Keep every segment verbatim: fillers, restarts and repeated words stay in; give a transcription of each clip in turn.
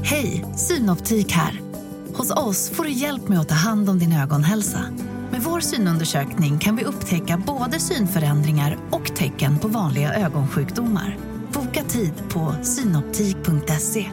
Hej, Synoptik här. Hos oss får du hjälp med att ta hand om din ögonhälsa. Med vår synundersökning kan vi upptäcka både synförändringar och tecken på vanliga ögonsjukdomar. Boka tid på synoptik punkt se.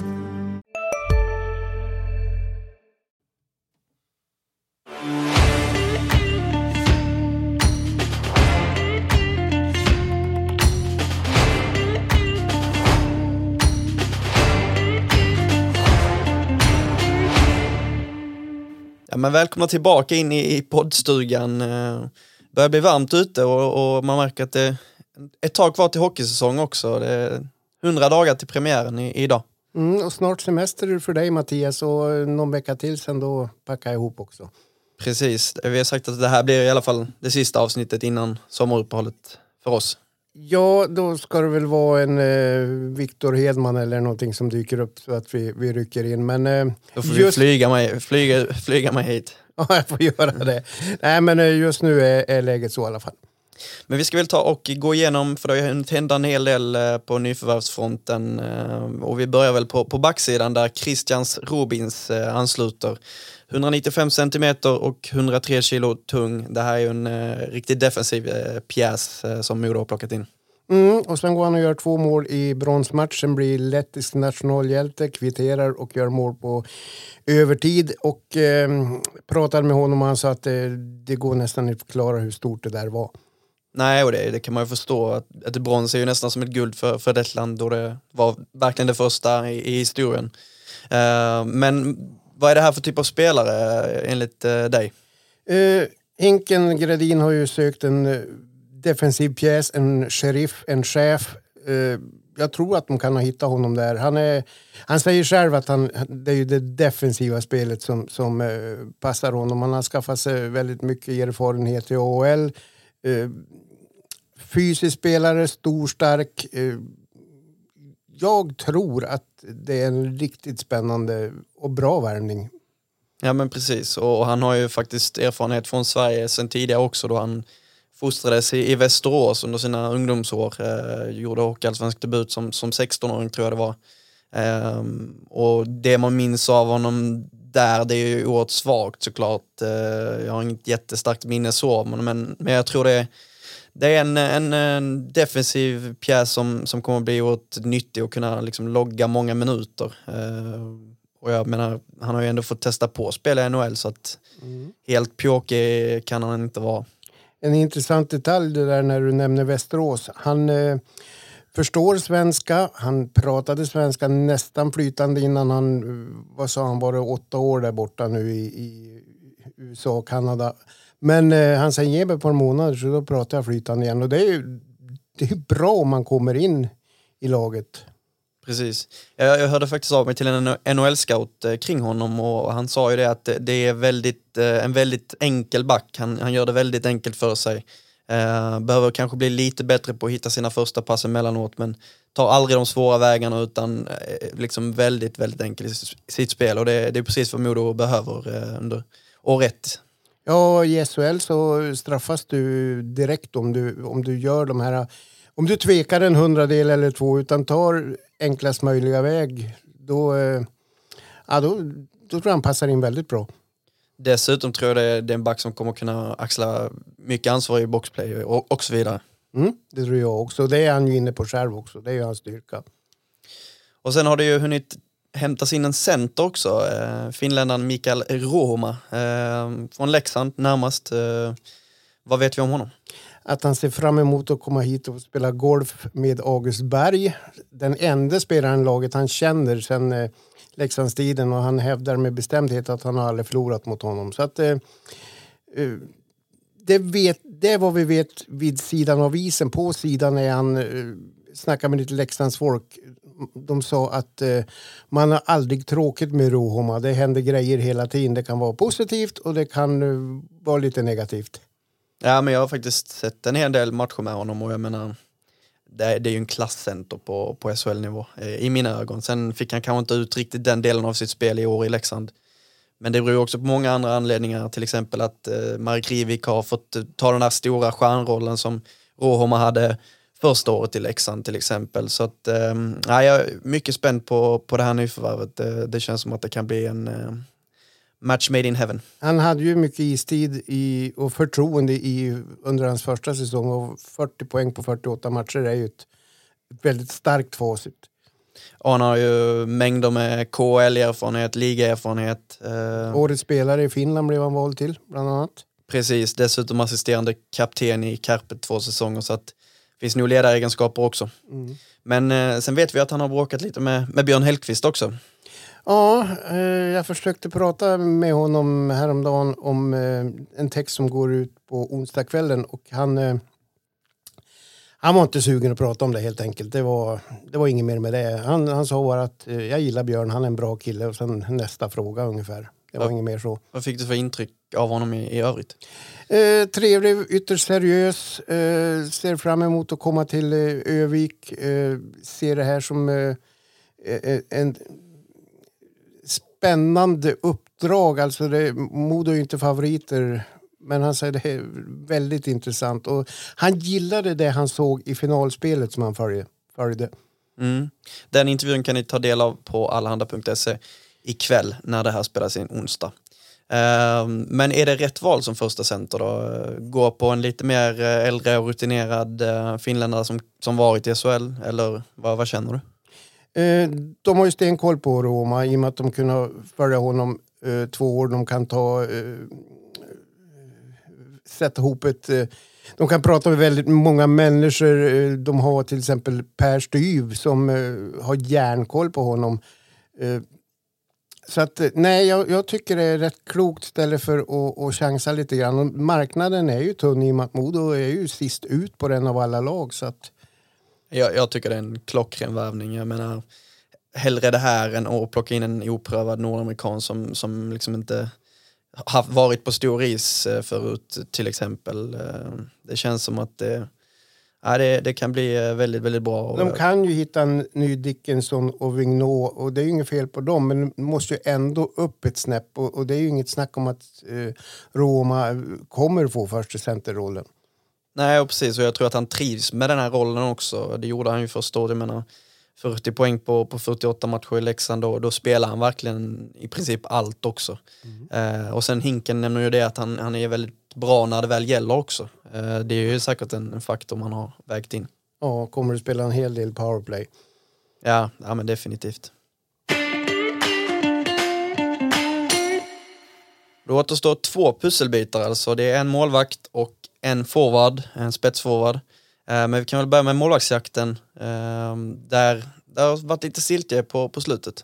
Ja, men välkomna tillbaka in i, i poddstugan. Det börjar bli varmt ute och, och man märker att det är ett tag kvar till hockeysäsong också. Det är hundra dagar till premiären i, idag. Mm, och snart semester för dig, Mattias, och någon vecka till sen då packar jag ihop också. Precis, vi har sagt att det här blir i alla fall det sista avsnittet innan sommaruppehållet för oss. Ja, då ska det väl vara en eh, Viktor Hedman eller någonting som dyker upp så att vi, vi rycker in. Men, eh, då får just... vi flyga mig, flyga, flyga mig hit. Ja, jag får göra det. Nej, men eh, just nu är, är läget så i alla fall. Men vi ska väl ta och gå igenom, för det har ju hänt en hel del på nyförvärvsfronten. Och vi börjar väl på, på backsidan där Christians Robins ansluter. etthundranittiofem centimeter och hundratre kilo tung. Det här är ju en eh, riktigt defensiv eh, pjäs eh, som Modo har plockat in. Mm, och sen går han och gör två mål i bronsmatchen, blir lettisk nationalhjälte, kvitterar och gör mål på övertid. Och eh, pratade med honom och han sa att det, det går nästan inte att förklara hur stort det där var. Nej, och det, det kan man ju förstå. Att, att brons är ju nästan som ett guld för, för Lettland då det var verkligen det första i, i historien. Uh, men vad är det här för typ av spelare enligt uh, dig? Uh, Henken Gradin har ju sökt en uh, defensiv pjäs, en sheriff, en chef. Uh, jag tror att de kan ha hittat honom där. Han, är, han säger själv att han, det är ju det defensiva spelet som, som uh, passar honom. Han har skaffat sig väldigt mycket erfarenhet i A H L. Uh, fysisk spelare, stor, stark. Uh, jag tror att det är en riktigt spännande och bra värvning. Ja, men precis. Och han har ju faktiskt erfarenhet från Sverige sedan tidigare också, då han fostrades i, i Västerås under sina ungdomsår. Eh, gjorde hockeyallsvensk debut som, som sexton-åring tror jag det var. Eh, och det man minns av honom där, det är ju oerhört svagt såklart. Eh, jag har inget jättestarkt minne så, men, men jag tror det är Det är en, en, en defensiv pjäs som, som kommer att bli oerhört nyttig och kunna liksom logga många minuter. Uh, och jag menar, han har ju ändå fått testa på att spela i N H L, så att mm. helt pjåkig kan han inte vara. En intressant detalj det där när du nämner Västerås. Han eh, förstår svenska, han pratade svenska nästan flytande innan han, vad sa han, var det åtta år där borta nu i, i U S A och Kanada. Men eh, han säger ge mig ett par månader så då pratar jag flytande igen. Och det är ju det är bra om man kommer in i laget. Precis. Jag, jag hörde faktiskt av mig till en N H L-scout eh, kring honom och han sa ju det att det är väldigt, eh, en väldigt enkel back. Han, han gör det väldigt enkelt för sig. Eh, behöver kanske bli lite bättre på att hitta sina första pass emellanåt, men tar aldrig de svåra vägarna utan eh, liksom väldigt, väldigt enkelt i sitt spel. Och det, det är precis vad Modo behöver eh, under år ett. Ja, i S H L så straffas du direkt om du, om du gör de här, om du tvekar en hundradel eller två utan tar enklast möjliga väg, då, ja, då, då tror jag han passar in väldigt bra. Dessutom tror jag det är, det är en back som kommer kunna axla mycket ansvar i boxplay och, och så vidare. Mm, det tror jag också. Det är han ju inne på själv också. Det är ju hans styrka. Och sen har det ju hunnit hämtas in en center också. Eh, finländaren Mikael Rohoma eh, från Leksand närmast. Eh, vad vet vi om honom? Att han ser fram emot att komma hit och spela golf med August Berg. Den enda spelaren i laget han känner sedan eh, Leksandstiden, och han hävdar med bestämdhet att han har aldrig förlorat mot honom. Så att eh, eh, det, vet, det är vad vi vet vid sidan av isen. På sidan är han, eh, snackar med lite Leksands folk. De sa att eh, man har aldrig tråkigt med Rohoma. Det händer grejer hela tiden. Det kan vara positivt och det kan eh, vara lite negativt. Ja, men jag har faktiskt sett en hel del matcher med honom och jag menar, det är, det är ju en klasscenter på, på S H L-nivå eh, i mina ögon. Sen fick han kanske inte ut riktigt den delen av sitt spel i år i Leksand. Men det beror också på många andra anledningar. Till exempel att eh, Marek Rivik har fått ta den här stora stjärnrollen som Rohoma hade första året i Leksand till exempel. Så att, eh, jag är mycket spänd på, på det här nyförvärvet. Det, det känns som att det kan bli en eh, match made in heaven. Han hade ju mycket istid i, och förtroende i, under hans första säsong, och fyrtio poäng på fyrtioåtta matcher är ju ett, ett väldigt starkt facit. Och han har ju mängder med K H L-erfarenhet, ligaerfarenhet. Eh, Årets spelare i Finland blev han vald till, bland annat. Precis, dessutom assisterande kapten i Kärpet två säsonger, så att det finns nog ledaregenskaper också. Mm. Men eh, sen vet vi att han har bråkat lite med, med Björn Hellkvist också. Ja, eh, jag försökte prata med honom häromdagen om eh, en text som går ut på onsdagskvällen, och han, eh, han var inte sugen att prata om det helt enkelt. Det var, det var inget mer med det. Han, han sa bara att eh, jag gillar Björn, han är en bra kille, och sen nästa fråga ungefär. Det var ja. inget mer så. Vad fick du för intryck av honom i, i övrigt? Eh, trevlig, ytterst seriös. Eh, ser fram emot att komma till eh, Övik. Eh, ser det här som eh, en spännande uppdrag. Alltså det, Modo är ju inte favoriter, men han säger det är väldigt intressant. Och han gillade det han såg i finalspelet som han följde. följde. Mm. Den intervjun kan ni ta del av på allehanda punkt se ikväll när det här spelas in onsdag. Uh, men är det rätt val som första center då? Gå på en lite mer äldre och rutinerad uh, finländare som, som varit i S H L? Eller vad, vad känner du? Uh, de har ju stenkoll på Roma i och med att de kunde följa honom uh, två år. De kan ta uh, sätta ihop ett... Uh, de kan prata med väldigt många människor. Uh, de har till exempel Per Styv som uh, har järnkoll på honom. Uh, Så att, nej, jag, jag tycker det är rätt klokt ställe för att, att chansa lite grann. Och marknaden är ju tunn i och med att Modo är ju sist ut på den av alla lag. Så att... jag, jag tycker det är en klockren värvning. Jag menar, hellre det här än att plocka in en oprövad nordamerikan som, som liksom inte har varit på stor is förut till exempel. Det känns som att det, ja, det, det kan bli väldigt, väldigt bra. De kan ju hitta en ny Dickinson och Vigneault, och det är ju inget fel på dem, men de måste ju ändå upp ett snäpp, och, och det är ju inget snack om att eh, Roma kommer få första centerrollen. Nej, och precis, och jag tror att han trivs med den här rollen också. Det gjorde han ju först då, jag menar fyrtio poäng på, på fyrtioåtta matcher i Leksand, då, då spelar han verkligen i princip allt också. Mm. Eh, och sen Hinken nämner ju det att han, han är väldigt bra när det väl gäller också. Eh, det är ju säkert en, en faktor man har vägt in. Ja, kommer att spela en hel del powerplay. Ja, ja men definitivt. Då återstår två pusselbitar, alltså det är en målvakt och en forward, en spetsforward. Eh, men vi kan väl börja med målvaktsjakten eh, där det har varit lite stiltje på, på slutet.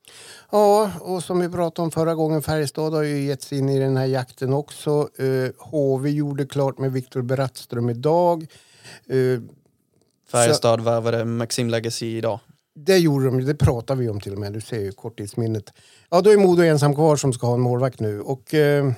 Ja, och som vi pratade om förra gången, Färjestad har ju gett sig in i den här jakten också. Uh, H V gjorde klart med Viktor Brattström idag. Uh, Färjestad så, värvade Maxim Lagacé idag. Det gjorde de, det pratar vi om till och med. Du ser ju korttidsminnet. Ja, då är Modo ensam kvar som ska ha en målvakt nu. Och uh,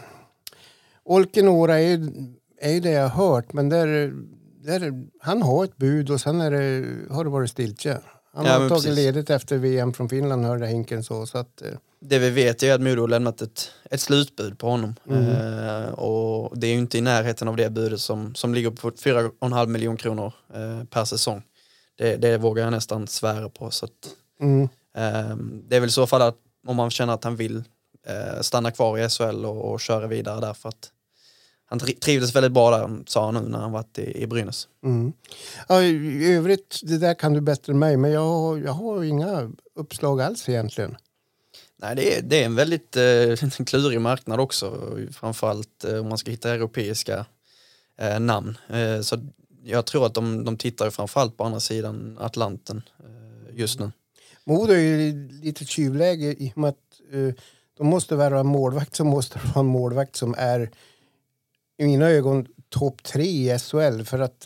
Olkenora är, är det jag har hört, men där, där, han har ett bud och sen är det, har det varit stiltje. Han ja, har tagit precis. ledigt efter V M från Finland, hörde Hinken så. så att, eh. Det vi vet är att Modo har lämnat ett, ett slutbud på honom. Mm. Eh, och det är ju inte i närheten av det budet som, som ligger på fyra och en halv miljon kronor eh, per säsong. Det, det vågar jag nästan svära på. Så att, mm. eh, det är väl i så fall att om man känner att han vill eh, stanna kvar i S H L och, och köra vidare där, för att han trivdes väldigt bra där, sa han nu när han varit i, i Brynäs. Mm. Ja, i övrigt, det där kan du bättre än mig, men jag, jag har inga uppslag alls egentligen. Nej, det är, det är en väldigt eh, klurig marknad också, framförallt eh, om man ska hitta europeiska eh, namn. Eh, så jag tror att de, de tittar framförallt på andra sidan Atlanten eh, just nu. Modo är ju lite tjuvläge i och med att eh, de måste vara en målvakt, som måste vara en målvakt som är i mina ögon topp tre i S H L, för att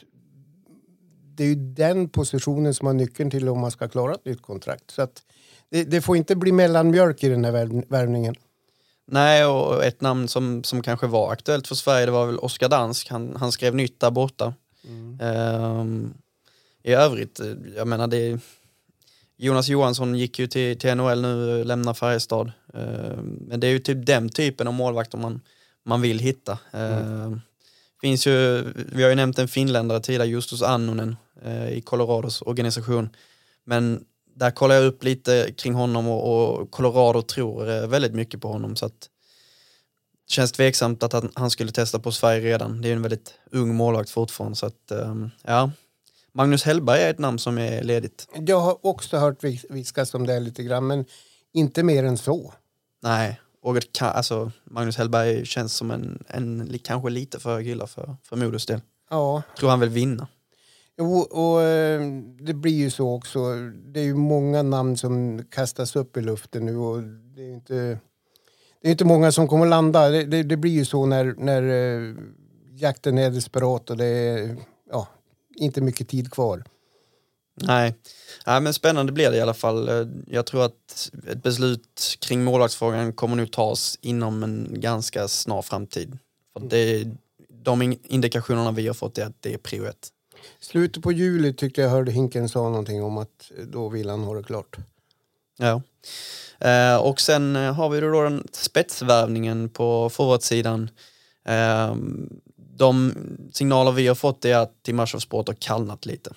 det är ju den positionen som har nyckeln till om man ska klara ett nytt kontrakt. Så att det, det får inte bli mellanmjölk i den här värvningen. Nej, och ett namn som, som kanske var aktuellt för Sverige, det var väl Oskar Dansk. Han, han skrev nytt där borta. Mm. Um, I övrigt, jag menar det, Jonas Johansson gick ju till, till N H L nu, lämnar Färjestad. Uh, men det är ju typ den typen av målvakter man man vill hitta. Mm. Uh, finns ju, vi har ju nämnt en finländare tidigare, Justus Annonen. eh, i Colorados organisation. Men där kollar jag upp lite kring honom och, och Colorado tror eh, väldigt mycket på honom. Så att det känns tveksamt att han, han skulle testa på Sverige redan. Det är en väldigt ung målvakt fortfarande. Så att, eh, ja. Magnus Hellberg är ett namn som är ledigt. Jag har också hört viskas om det lite grann, men inte mer än så. Nej, och det kan, alltså, Magnus Hellberg känns som en, en kanske lite för hög hylla för, för Modos del. Ja. Tror han vill vinna. Jo, och det blir ju så också. Det är ju många namn som kastas upp i luften nu och det är inte, det är inte många som kommer landa. Det, det, det blir ju så när, när jakten är desperat och det är ja, inte mycket tid kvar. Nej. Nej, men spännande blir det i alla fall. Jag tror att ett beslut kring målvaktsfrågan kommer nu tas inom en ganska snar framtid. För det, de indikationerna vi har fått är att det är prio ett. Slutet på juli tyckte jag hörde Hinken sa någonting om att då vill han ha det klart. Ja. Eh, och sen har vi då den spetsvärvningen på forwardsidan. Eh, de signaler vi har fått är att Timashov Sport har kallnat lite.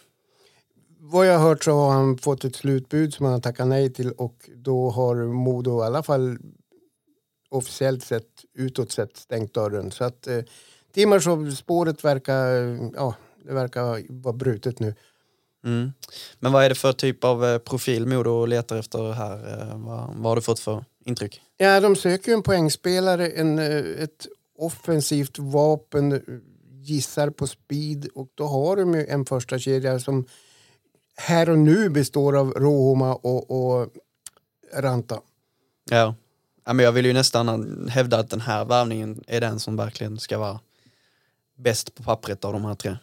Vad jag har hört så har han fått ett slutbud som han har tackat nej till och då har Modo i alla fall officiellt sett, utåt sett stängt dörren. Så att eh, Timashov spåret verkar, ja, det verkar vara brutet nu. Mm. Men vad är det för typ av profil Modo letar efter här? Vad, vad har du fått för intryck? Ja, de söker ju en poängspelare, en, ett offensivt vapen, gissar på speed och då har de ju en första kedja som här och nu består av Rohoma och, och Ranta. Ja. Ja, men jag vill ju nästan hävda att den här värvningen är den som verkligen ska vara bäst på pappret av de här tre.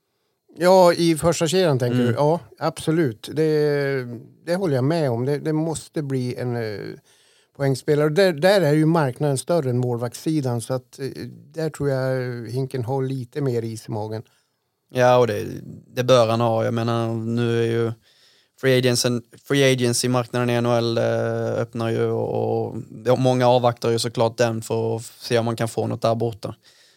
Ja, i första kedjan tänker mm. du? Ja, absolut. Det, det håller jag med om. Det, det måste bli en uh, poängspelare. Där, där är ju marknaden större än målvaktssidan så att uh, där tror jag Hinken har lite mer is i magen. Ja, och det, det bör han ha. Jag menar, nu är ju free agency, free agency-marknaden i N H L eh, öppnar ju och, och många avvaktar ju såklart den för att se om man kan få något där borta.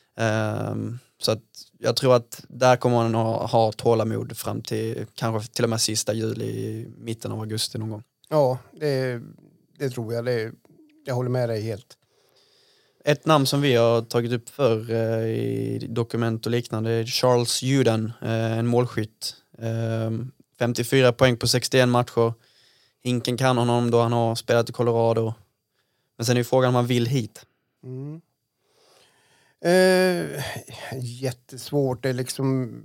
Um, så att jag tror att där kommer man ha, ha tålamod fram till kanske till och med sista juli, mitten av augusti någon gång. Ja, det, det tror jag. Det, jag håller med dig helt. Ett namn som vi har tagit upp för eh, i dokument och liknande är Charles Juden, eh, en målskytt. Eh, femtiofyra poäng på sextioen matcher. Hinken kan honom då han har spelat i Colorado. Men sen är ju frågan om han vill hit. Mm. Eh, jättesvårt. Det är liksom...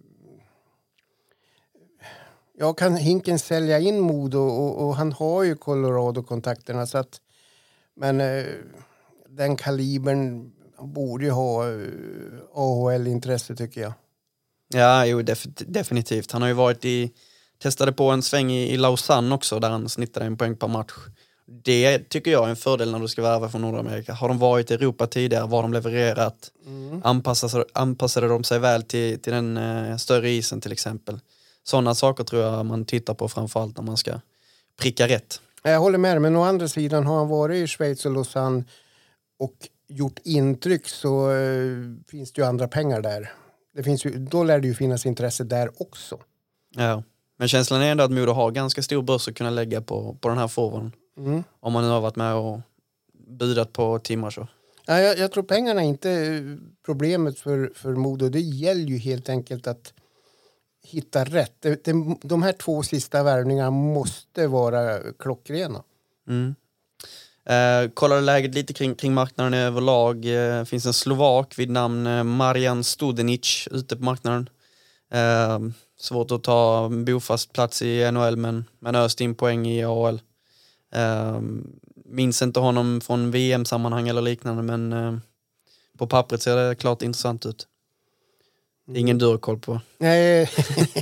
Jag kan Hinken sälja in Modo och, och han har ju Colorado-kontakterna så att... Men... Eh, den kalibern borde ju ha A H L-intresse tycker jag. Ja, jo, def- definitivt. Han har ju varit i, testade på en sväng i, i Lausanne också där han snittade en poäng per match. Det tycker jag är en fördel när du ska värva från Nordamerika. Har de varit i Europa tidigare, vad de levererat, mm. anpassade, anpassade de sig väl till, till den eh, större isen till exempel. Sådana saker tror jag man tittar på framförallt när man ska pricka rätt. Jag håller med, men å andra sidan har han varit i Schweiz och Lausanne och gjort intryck så uh, finns det ju andra pengar där. Det finns ju, då lär det ju finnas intresse där också. Ja, men känslan är ändå att Modo har ganska stor börs att kunna lägga på, på den här forwarden. Mm. Om man nu har varit med och budat på timmar så. Ja, jag, jag tror pengarna är inte problemet för, för Modo. Det gäller ju helt enkelt att hitta rätt. Det, det, de här två sista värvningarna måste vara klockrena. Mm. Eh, kollade läget lite kring, kring marknaden överlag. Eh, finns en slovak vid namn eh, Marian Studenic ute på marknaden. Eh, svårt att ta en bofast plats i N H L men, men öst in poäng i A H L. Eh, minns inte honom från V M-sammanhang eller liknande men eh, på pappret ser det klart intressant ut. Det är ingen du har koll på. Nej,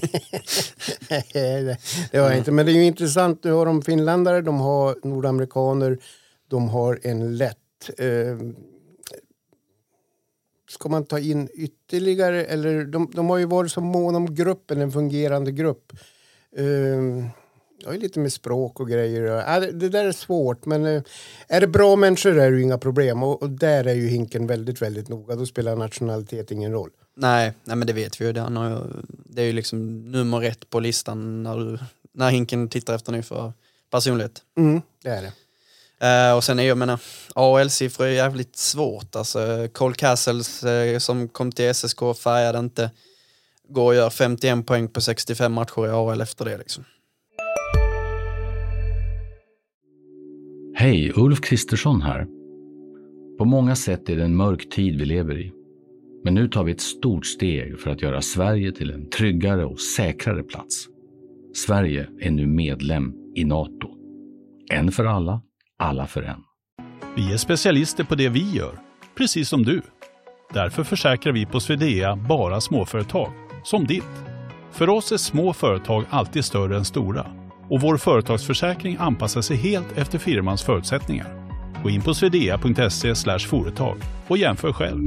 det, det var inte. Men det är ju intressant. Du har de finländare, de har nordamerikaner, de har en lätt. Eh, ska man ta in ytterligare? Eller de, de har ju varit så mån om gruppen, en fungerande grupp. Eh, jag är lite med språk och grejer. Ja, det, det där är svårt, men eh, är det bra människor är det ju inga problem. Och, och där är ju Hinken väldigt, väldigt noga. Då spelar nationalitet ingen roll. Nej, nej, men det vet vi ju. Det, han har, det är ju liksom nummer ett på listan när, du, när Hinken tittar efter ny för personlighet. Mm, det är det. Uh, och sen är jag menar, A H L-siffror är jävligt svårt. Alltså, Cole Castles uh, som kom till S S K färgade inte går och gör femtioen poäng på sextiofem matcher i A H L efter det liksom. Hej, Ulf Kristersson här. På många sätt är det en mörk tid vi lever i. Men nu tar vi ett stort steg för att göra Sverige till en tryggare och säkrare plats. Sverige är nu medlem i NATO. En för alla, alla för en. Vi är specialister på det vi gör, precis som du. Därför försäkrar vi på Swedea bara småföretag, som ditt. För oss är små företag alltid större än stora. Och vår företagsförsäkring anpassar sig helt efter firmans förutsättningar. Gå in på swedea punkt se slash företag och jämför själv.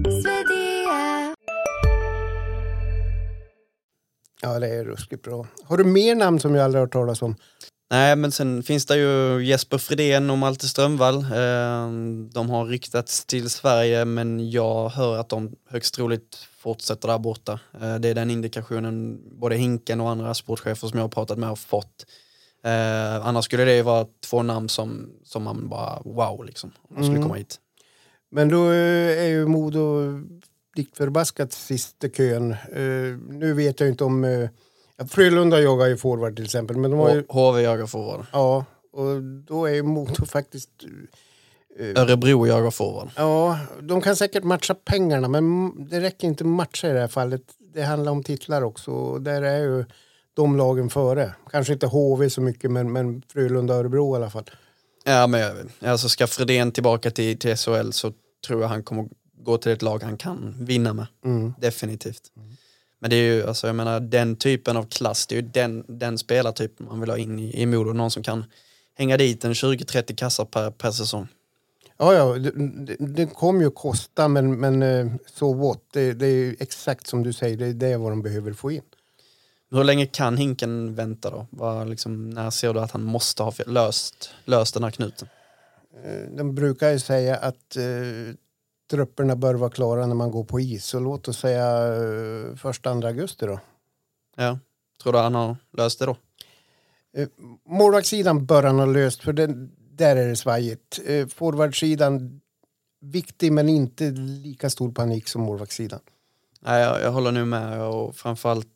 Ja, det är ruskigt bra. Har du mer namn som jag aldrig har hört talas om? Nej, men sen finns det ju Jesper Fridén och Malte Strömvall. Eh, de har ryktats till Sverige, men jag hör att de högst troligt fortsätter där borta. Eh, det är den indikationen både Hinken och andra sportchefer som jag har pratat med har fått. Eh, annars skulle det vara två namn som, som man bara wow liksom, om man skulle komma hit. Men då är ju Modo likt förbaskat sista kön. Uh, nu vet jag inte om... Uh, Frölunda jagar ju forward till exempel. Men de har ju, H V jagar forward. Ja, och då är ju Modo faktiskt... Uh, Örebro jagar forward. Ja, de kan säkert matcha pengarna, men det räcker inte matcha i det här fallet. Det handlar om titlar också, och där är ju de lagen före. Kanske inte H V så mycket, men, men Frölunda och Örebro i alla fall. Ja, men alltså ska Fredén tillbaka till, till S H L så tror jag han kommer gå till ett lag han kan vinna med. Mm. Definitivt. Mm. Men det är ju, alltså jag menar, den typen av klass, det är ju den, den spelartypen man vill ha in i, i Modo. Någon som kan hänga dit en tjugo trettio kassar per, per säsong. Ja, ja, det, det, det kommer ju kosta, men, men så what? Det, det är ju exakt som du säger, det är det vad de behöver få in. Hur länge kan Hinken vänta då? Var liksom, när ser du att han måste ha löst, löst den här knuten? De brukar ju säga att eh, trupperna bör vara klara när man går på is. Så låt oss säga eh, första andra augusti då. Ja, tror du han har löst det då? Eh, målvaktssidan bör han ha löst, för den, där är det svajigt. Eh, forwardsidan viktig, men inte lika stor panik som målvaktssidan. Nej, jag, jag håller nu med, och framförallt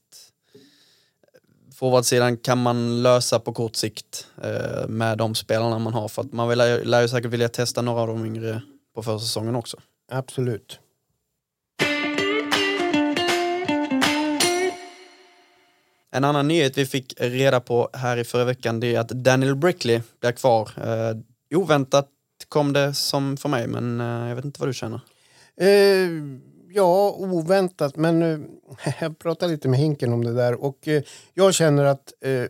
forwardsidan kan man lösa på kort sikt eh, med de spelarna man har, för att man vill, lär ju säkert vilja testa några av de yngre på försäsongen också. Absolut. En annan nyhet vi fick reda på här i förra veckan, det är att Daniel Brickley blir kvar. Eh, oväntat kom det som för mig, men eh, jag vet inte vad du känner. Eh, ja, oväntat, men eh, jag pratade lite med Hinken om det där, och eh, jag känner att eh,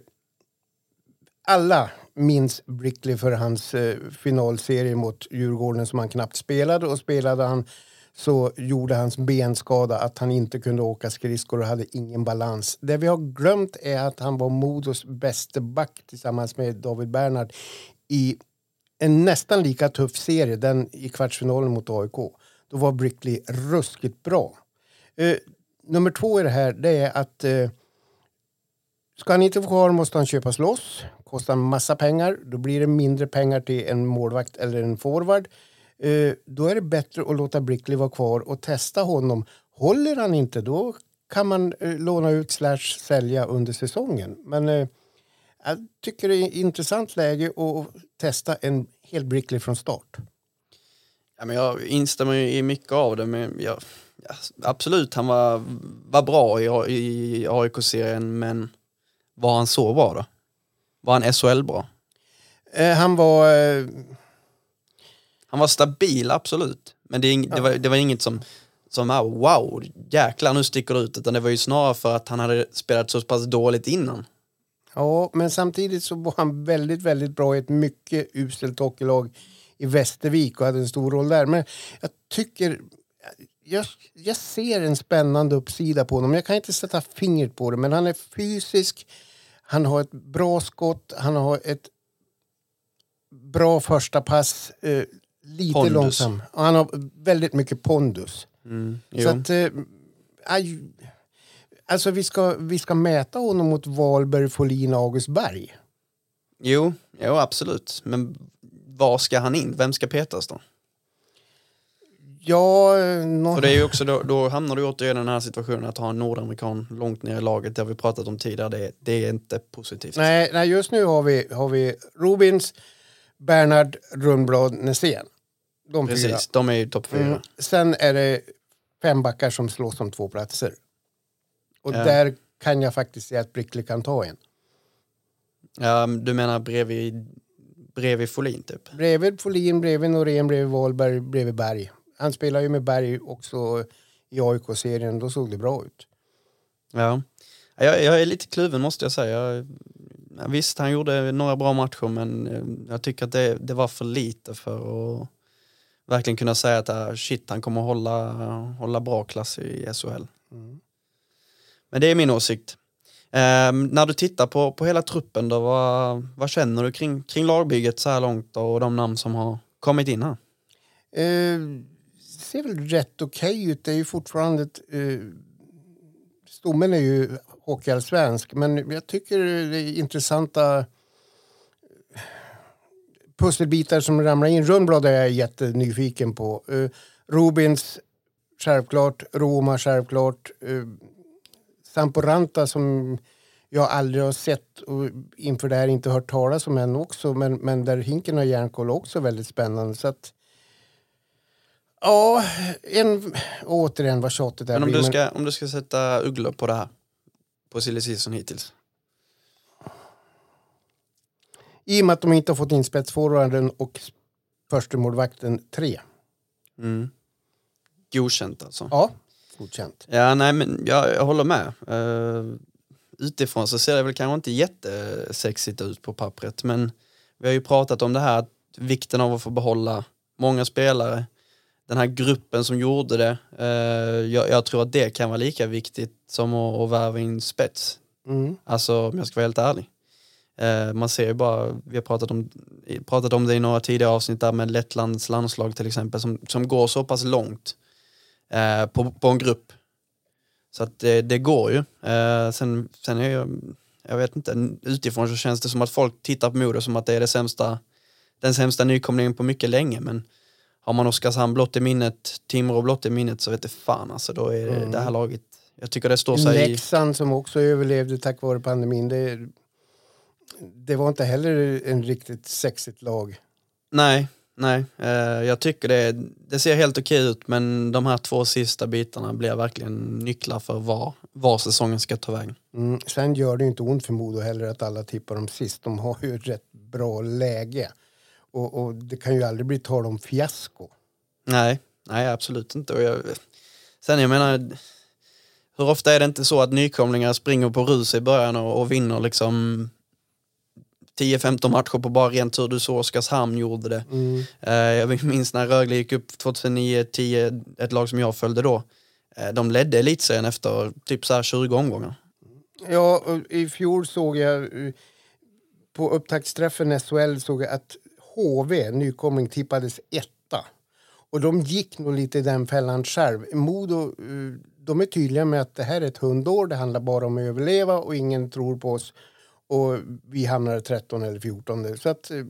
alla minns Brickley för hans eh, finalserie mot Djurgården som han knappt spelade, och spelade han så gjorde hans benskada att han inte kunde åka skridskor och hade ingen balans. Det vi har glömt är att han var Modos bästa back tillsammans med David Bernhard i en nästan lika tuff serie, den i kvartsfinalen mot A I K. Då var Brickley ruskigt bra. Eh, nummer två i det här, det är att eh, ska han inte få kvar måste han köpas loss. Kostar en massa pengar. Då blir det mindre pengar till en målvakt eller en forward. Eh, då är det bättre att låta Brickley vara kvar och testa honom. Håller han inte, då kan man eh, låna ut slash sälja under säsongen. Men eh, jag tycker det är ett intressant läge att testa en hel Brickley från start. Ja, men jag instämmer i mycket av det, men jag, ja, absolut, han var, var bra i, i A I K-serien, men var han så bra då? Var han S H L bra? Eh, han var... Eh... Han var stabil, absolut. Men det, det, var, det var inget som, som ah, wow, jäklar, nu sticker det ut. Utan det var ju snarare för att han hade spelat så pass dåligt innan. Ja, men samtidigt så var han väldigt, väldigt bra i ett mycket uselt hockeylag i Västervik och hade en stor roll där. Men jag tycker... Jag, jag ser en spännande uppsida på honom. Jag kan inte sätta fingret på det, men han är fysisk. Han har ett bra skott. Han har ett bra första pass. Eh, lite pondus. långsam. Och han har väldigt mycket pondus. Mm, så att, eh, aj, alltså vi ska, vi ska mäta honom mot Wahlberg, Folin och August Berg. Jo, jo, absolut. Men var ska han in? Vem ska petas då? Ja, no... För det är ju också, då, då hamnar du återigen i den här situationen att ha en nordamerikan långt ner i laget. Det har vi pratat om tidigare. Det, det är inte positivt. Nej, nej, just nu har vi, har vi Rubins, Bernhard, Rundblad, Nässén. De Precis, fyra. de är ju topp fyra. Mm. Sen är det fem backar som slås om två platser. Och Ja. där kan jag faktiskt säga att Brickley kan ta en. Ja, du menar bredvid, bredvid Folin typ? Bredvid Folin, bredvid Norén, bredvid Wahlberg, bredvid Berg. Han spelar ju med Berg också i A I K-serien. Då såg det bra ut. Ja, jag, jag är lite kluven måste jag säga. Jag, visst, han gjorde några bra matcher, men jag tycker att det, det var för lite för att verkligen kunna säga att shit, han kommer att hålla, hålla bra klass i S H L. Mm. Men det är min åsikt. Eh, när du tittar på, på hela truppen då, vad, vad känner du kring, kring lagbygget så här långt då, och de namn som har kommit in här? Eh, ser väl rätt okej ut. Det är ju fortfarande ett, eh, stommen är ju hockeyallsvensk, men jag tycker det är intressanta pusselbitar som ramlar in. Rundblad är jag jättenyfiken på. Eh, Rubins självklart, Roma självklart, eh, Samporanta som jag aldrig har sett och inför det här inte hört talas om än också, men, men där Hinken och Järnkoll också väldigt spännande. Så att ja, en, återigen vad tjatet där Men om blir, du, ska, om du ska sätta ugglor på det här, på silly season hittills? I och med att de inte har fått in spetsforwarden och förstemålvakten tre. Mm. Godkänt alltså. Ja, godkänt. Ja, nej, men jag, jag håller med. Uh, utifrån så ser det väl kanske inte jättesexigt ut på pappret, men vi har ju pratat om det här, att vikten av att få behålla många spelare. Den här gruppen som gjorde det, uh, jag, jag tror att det kan vara lika viktigt som att, att värva in spets. Mm. Alltså, om jag ska vara helt ärlig. Uh, man ser ju bara, vi har pratat om, pratat om det i några tidigare avsnitt där med Lettlands landslag till exempel, som, som går så pass långt uh, på, på en grupp. Så att det, det går ju. Uh, sen, sen är jag, jag vet inte, utifrån så känns det som att folk tittar på Modo som att det är det sämsta, den sämsta nykomlingen på mycket länge, men har man Oskarshamn blott i minnet, Timrå blott i minnet, så vet det fan alltså, då är det, mm. det här laget, jag tycker det står sig i... Leksand som också överlevde tack vare pandemin, det, det var inte heller en riktigt sexigt lag. Nej, nej. Uh, jag tycker det, det ser helt okej ut, men de här två sista bitarna blir verkligen nycklar för var, var säsongen ska ta vägen. Mm. Sen gör det inte ont för Modo heller att alla tippar dem sist. De har ju ett rätt bra läge. Och, och det kan ju aldrig bli tal om fiasko. Nej, nej absolut inte. Och jag, sen jag menar, hur ofta är det inte så att nykomlingar springer på rus i början och, och vinner liksom tio femton matcher på bara ren tur. Du såg Oskarshamn gjorde det. Mm. Uh, jag minns när Rögle gick upp tjugohundranio tio, ett lag som jag följde då. Uh, de ledde elitserien efter typ så här tjugo omgångar. Ja, och i fjol såg jag på upptaktsträffen S H L såg jag att H V, nykomling, tippades etta. Och de gick nog lite i den fällan själv. Modo, de är tydliga med att det här är ett hundår. Det handlar bara om att överleva och ingen tror på oss. Och vi hamnar tretton eller fjorton. Så att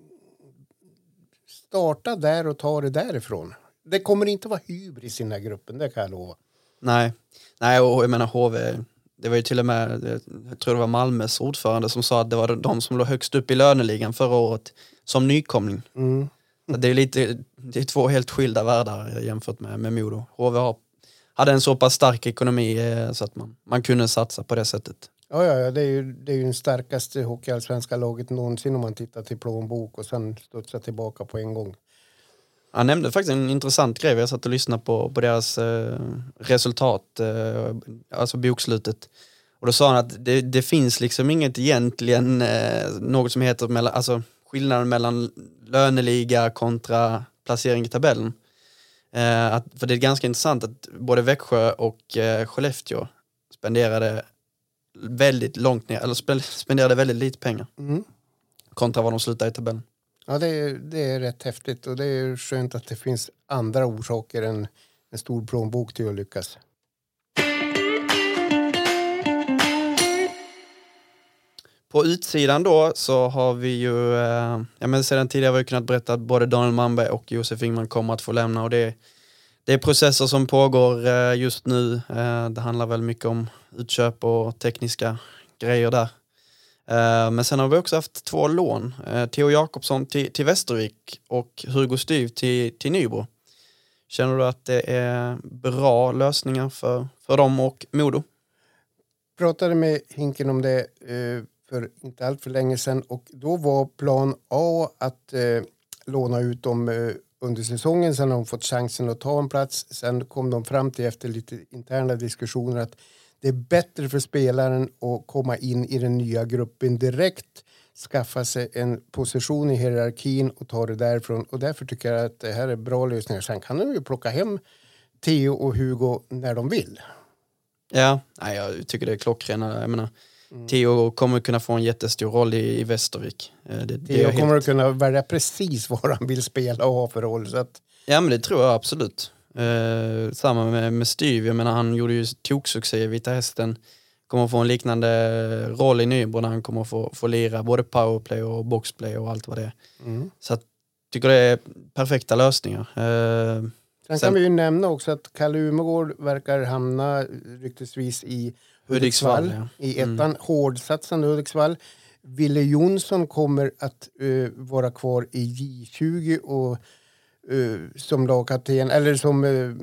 starta där och ta det därifrån. Det kommer inte vara hybris i den här gruppen, det kan jag lova. Nej, Nej och jag menar H V, det var ju till och med, jag tror det var Malmös ordförande som sa att det var de som låg högst upp i löneligan förra året som nykomling. Mm. Så det är lite, det är två helt skilda världar jämfört med, med Modo. H V har, hade en så pass stark ekonomi så att man, man kunde satsa på det sättet. Ja, ja, ja det är ju det är ju den starkaste hockeyallsvenska laget någonsin om man tittar till plånbok och sen studsar tillbaka på en gång. Han nämnde faktiskt en intressant grej. Jag satt och lyssnade på, på deras eh, resultat, eh, alltså bokslutet. Och då sa han att det, det finns liksom inget egentligen, eh, något som heter mellan, alltså skillnaden mellan löneliga kontra placering i tabellen. Eh, att, för det är ganska intressant att både Växjö och eh, Skellefteå spenderade väldigt långt ner, eller spenderade väldigt lite pengar mm. kontra vad de slutade i tabellen. Ja, det är, det är rätt häftigt och det är skönt att det finns andra orsaker än en stor plånbok till att lyckas. På utsidan då så har vi ju, eh, ja men sedan tidigare har vi kunnat berätta att både Daniel Malmberg och Josef Ingman kommer att få lämna, och det, det är processer som pågår eh, just nu. Eh, det handlar väl mycket om utköp och tekniska grejer där. Eh, men sen har vi också haft två lån. Eh, Theo Jakobsson till, till Västervik och Hugo Styv till, till Nybro. Känner du att det är bra lösningar för, för dem och Modo? Pratade med Hinken om det eh, för inte allt för länge sedan, och då var plan A att eh, låna ut dem eh, under säsongen. Sen har de fått chansen att ta en plats. Sen kom de fram till, efter lite interna diskussioner, att det är bättre för spelaren att komma in i den nya gruppen direkt, skaffa sig en position i hierarkin och ta det därifrån. Och därför tycker jag att det här är bra lösningar. Sen kan de ju plocka hem Theo och Hugo när de vill. Ja, nej, jag tycker det är klockrena. Jag menar, mm. Theo kommer kunna få en jättestor roll i, i Västervik. Det, det Theo helt... kommer att kunna välja precis vad han vill spela och ha för roll. Så att... Ja, men det tror jag absolut. Eh, samma med, med Styv. Jag menar, han gjorde ju toksuccé i Vita Hästen. Kommer att få en liknande roll i Nybro när han kommer att få, få lira både powerplay och boxplay och allt vad det är. Mm. Så jag tycker det är perfekta lösningar. Eh, Sen, sen kan vi ju nämna också att Kalle Umegård verkar hamna ryktesvis i Hudiksvall. Hudiksvall ja. I ettan, mm. hårdsatsande Hudiksvall. Ville Jonsson kommer att uh, vara kvar i J tjugo och uh, som lagkapten, eller som uh,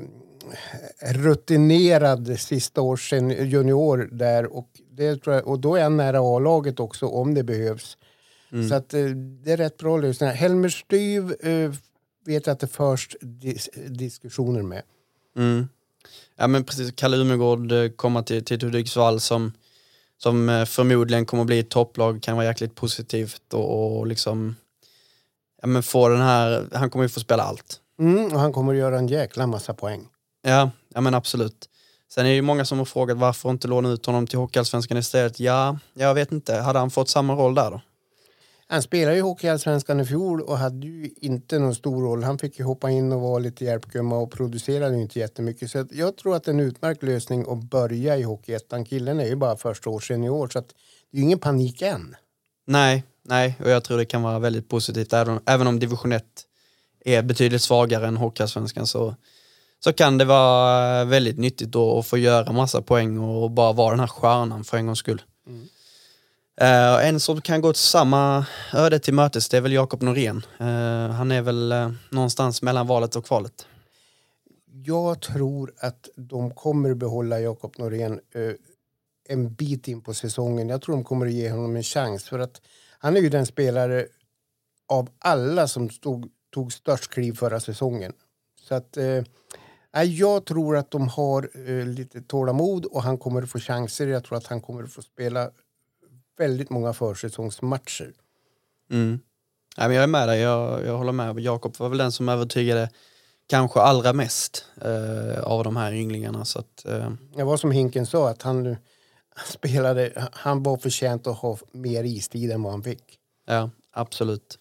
rutinerad sista års junior där, och, det tror jag, och då är han nära A-laget också om det behövs. Mm. Så att uh, det är rätt bra lösningar. Helmer Styv uh, vet att det först dis- diskussioner med. Mm. Ja, men precis. Kalle Umegård kommer till, till Hudiksvall som, som förmodligen kommer att bli ett topplag, kan vara jäkligt positivt och, och liksom ja, men få den här, han kommer ju få spela allt. Mm, och han kommer att göra en jäkla massa poäng. Ja, ja men absolut. Sen är det ju många som har frågat varför inte låna ut honom till Hockeyallsvenskan istället. Ja, jag vet inte. Hade han fått samma roll där då? Han spelade ju Hockeyallsvenskan i fjol och hade ju inte någon stor roll. Han fick ju hoppa in och vara lite hjälpgumma och producerade ju inte jättemycket. Så jag tror att det är en utmärkt lösning att börja i Hockeyettan. Killen är ju bara första år senior, så att det är ju ingen panik än. Nej, nej. Och jag tror det kan vara väldigt positivt. Även, även om division ett är betydligt svagare än Hockeyallsvenskan så, så kan det vara väldigt nyttigt då att få göra massa poäng och bara vara den här stjärnan för en gångs skull. Mm. Uh, en som kan gå till samma öde till mötes, det är väl Jakob Norén. Uh, han är väl uh, någonstans mellan valet och kvalet. Jag tror att de kommer behålla Jakob Norén uh, en bit in på säsongen. Jag tror de kommer att ge honom en chans, för att han är ju den spelare av alla som stod, tog störst kliv förra säsongen. Så att uh, jag tror att de har uh, lite tålamod och han kommer att få chanser. Jag tror att han kommer att få spela väldigt många försäsongsmatcher. Mm. Ja, men jag är med dig. Jag, jag håller med. Jakob var väl den som övertygade kanske allra mest eh, av de här ynglingarna. Så att, eh. Det var som Hinken sa, att han spelade, han var förtjänt att ha mer istid än vad han fick. Ja, absolut.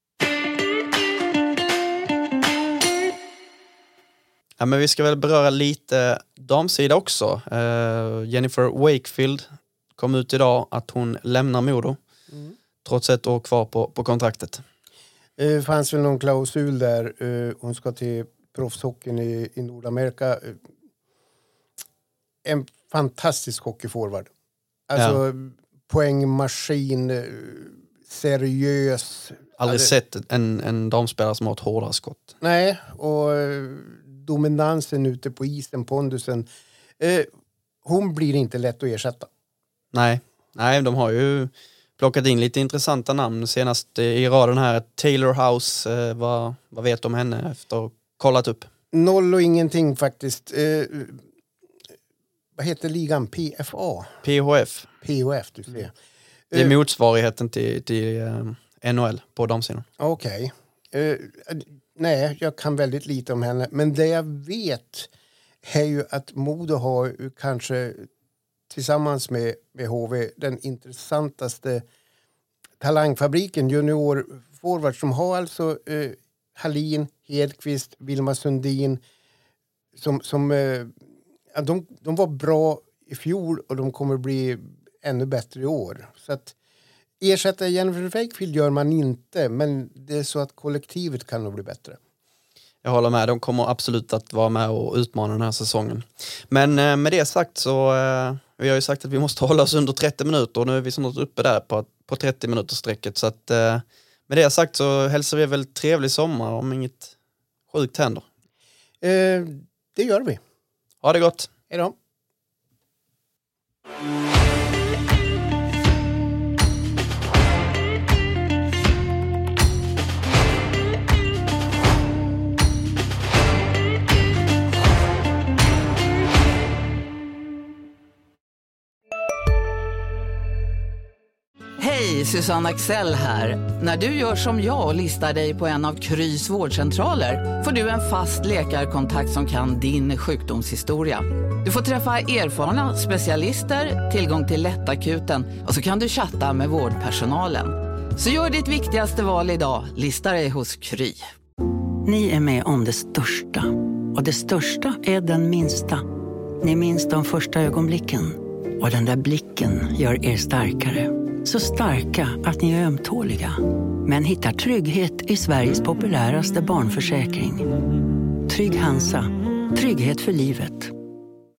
Ja, men vi ska väl beröra lite damsida också. Eh, Jennifer Wakefield kom ut idag att hon lämnar Modo. Mm. Trots ett år kvar på, på kontraktet. Det fanns väl någon klausul där. Uh, hon ska till proffshockeyn i, i Nordamerika. Uh, en fantastisk hockeyforward. Alltså ja. Poängmaskin, uh, seriös. Aldrig alltså, sett en, en damspelare som har ett hårdare skott. Nej, och uh, dominansen ute på isen, pondusen. Uh, hon blir inte lätt att ersätta. Nej, nej, de har ju plockat in lite intressanta namn senast i raden här. Taylor House, eh, vad, vad vet de om henne efter att kollat upp? Noll och ingenting faktiskt. Eh, vad heter ligan? P F A? P H F. P H F, du ser. Mm. Det är motsvarigheten till, till eh, N H L på damsidan. Okej. Okay. Eh, nej, jag kan väldigt lite om henne. Men det jag vet är ju att Modo har kanske tillsammans med, med H V den intressantaste talangfabriken, juniorforward, som har alltså eh, Hallin, Hedqvist, Vilma Sundin som, som eh, de, de var bra i fjol och de kommer bli ännu bättre i år. Så att Ersätta Jennifer Wakefield gör man inte, men det är så att kollektivet kan nog bli bättre. Jag håller med, de kommer absolut att vara med och utmana den här säsongen. Men eh, med det sagt så, eh, vi har ju sagt att vi måste hålla oss under trettio minuter och nu är vi snart uppe där på, på trettio minuters sträcket. Så att eh, med det sagt så hälsar vi väl trevlig sommar om inget sjukt händer. Eh, det gör vi. Ha det gott. Hej då. Hej, Susanne Axel här. När du gör som jag och listar dig på en av Krys vårdcentraler får du en fast läkarkontakt som kan din sjukdomshistoria. Du får träffa erfarna specialister, tillgång till lättakuten och så kan du chatta med vårdpersonalen. Så gör ditt viktigaste val idag, lista dig hos Kry. Ni är med om det största. Och det största är den minsta. Ni minns de första ögonblicken. Och den där blicken gör er starkare. Så starka att ni är ömtåliga. Men hittar trygghet i Sveriges populäraste barnförsäkring. Trygg Hansa. Trygghet för livet.